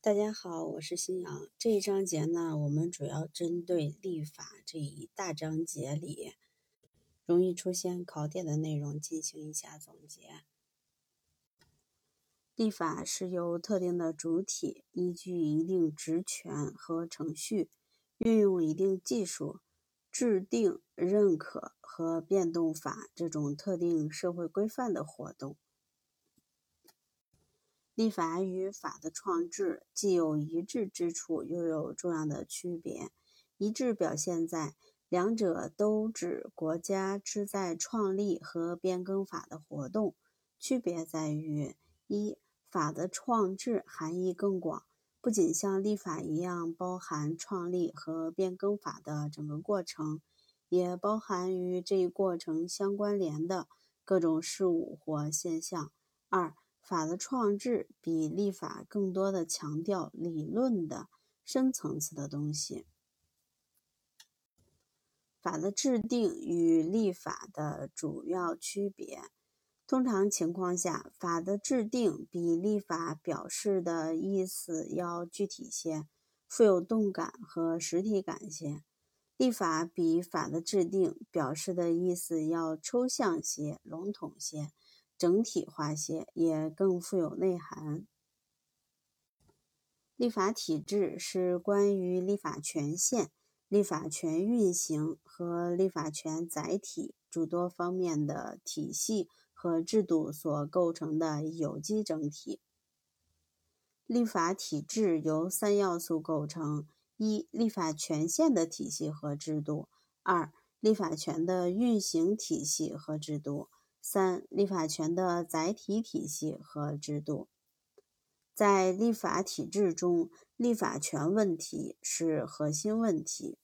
大家好，我是新阳。这一章节呢，我们主要针对立法这一大章节里容易出现考点的内容进行一下总结。立法是由特定的主体依据一定职权和程序，运用一定技术，制定、认可和变动法这种特定社会规范的活动。立法与法的创制既有一致之处，又有重要的区别。一致表现在两者都指国家旨在创立和变更法的活动，区别在于：一、法的创制含义更广，不仅像立法一样包含创立和变更法的整个过程，也包含与这一过程相关联的各种事物或现象。二、法的创制比立法更多的强调理论的深层次的东西。法的制定与立法的主要区别。通常情况下，法的制定比立法表示的意思要具体些，富有动感和实体感些。立法比法的制定表示的意思要抽象些、笼统些，整体化些，也更富有内涵。立法体制是关于立法权限、立法权运行和立法权载体诸多方面的体系和制度所构成的有机整体。立法体制由三要素构成：一、立法权限的体系和制度；二、立法权的运行体系和制度；三、立法权的载体体系和制度。在立法体制中，立法权问题是核心问题。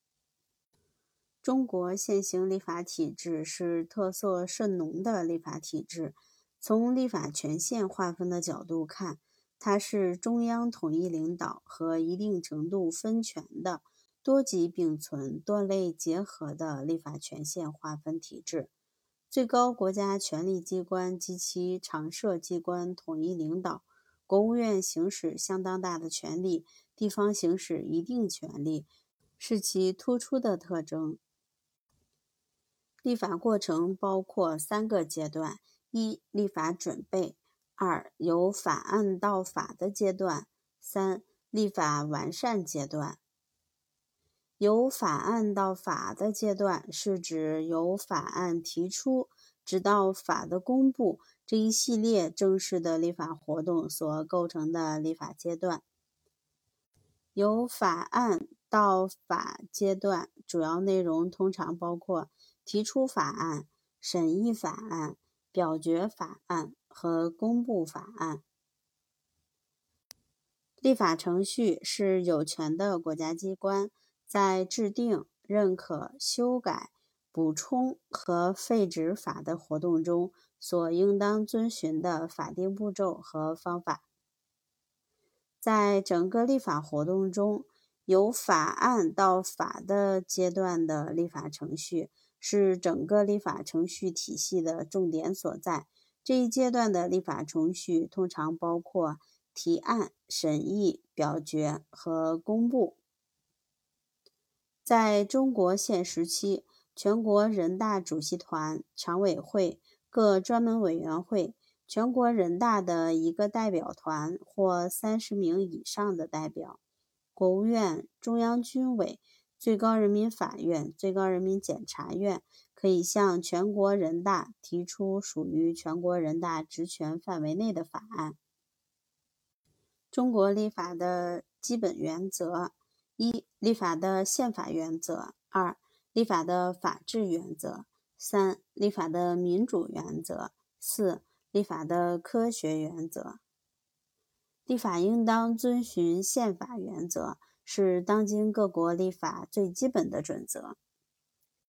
中国现行立法体制是特色甚浓的立法体制。从立法权限划分的角度看，它是中央统一领导和一定程度分权的多级并存、多类结合的立法权限划分体制。最高国家权力机关及其常设机关统一领导，国务院行使相当大的权力，地方行使一定权力，是其突出的特征。立法过程包括三个阶段：一、立法准备；二、由法案到法的阶段；三、立法完善阶段。由法案到法的阶段是指由法案提出直到法的公布这一系列正式的立法活动所构成的立法阶段。由法案到法阶段主要内容通常包括提出法案、审议法案、表决法案和公布法案。立法程序是有权的国家机关在制定、认可、修改、补充和废止法的活动中所应当遵循的法定步骤和方法。在整个立法活动中，由法案到法的阶段的立法程序是整个立法程序体系的重点所在。这一阶段的立法程序通常包括提案、审议、表决和公布。在中国现时期，全国人大主席团、常委会、各专门委员会、全国人大的一个代表团或30名以上的代表、国务院、中央军委、最高人民法院、最高人民检察院可以向全国人大提出属于全国人大职权范围内的法案。中国立法的基本原则：一、立法的宪法原则；二、立法的法治原则；三、立法的民主原则；四、立法的科学原则。立法应当遵循宪法原则，是当今各国立法最基本的准则。